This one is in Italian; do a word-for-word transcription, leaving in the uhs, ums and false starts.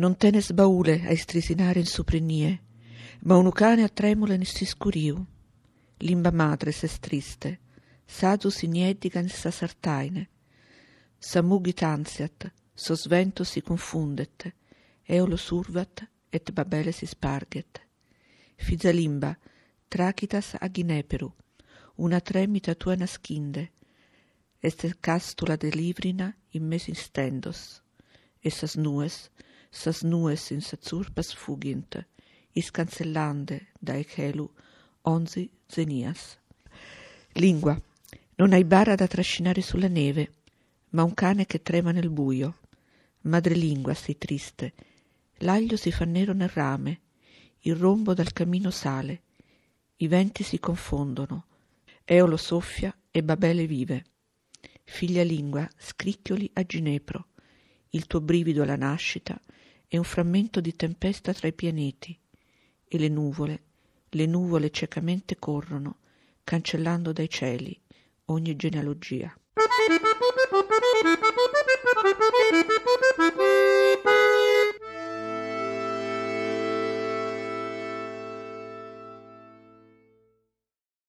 Non tenes baule a istrisinare in suprenie, ma un ucane a tremule ne si scuriu. Limba madre se striste, sazu si niediga in sa sartaine. Samugit ansiat, so svento si confundet, eo lo survat et babele si sparget. Fiza limba, tracitas a gineperu, una tremita tua naschinde, este castula de livrina in mes instendos, e sas nues, sas nues in sa zurpas fugint, is cancellande dae chelu onzi zenias. Lingua, non hai bara da trascinare sulla neve, ma un cane che trema nel buio. Madrelingua, sei triste, l'aglio si fa nero nel rame, il rombo dal camino sale, i venti si confondono, Eolo soffia e Babele vive. Figlia lingua, scricchioli a ginepro, il tuo brivido alla nascita è un frammento di tempesta tra i pianeti, e le nuvole, le nuvole ciecamente corrono, cancellando dai cieli ogni genealogia.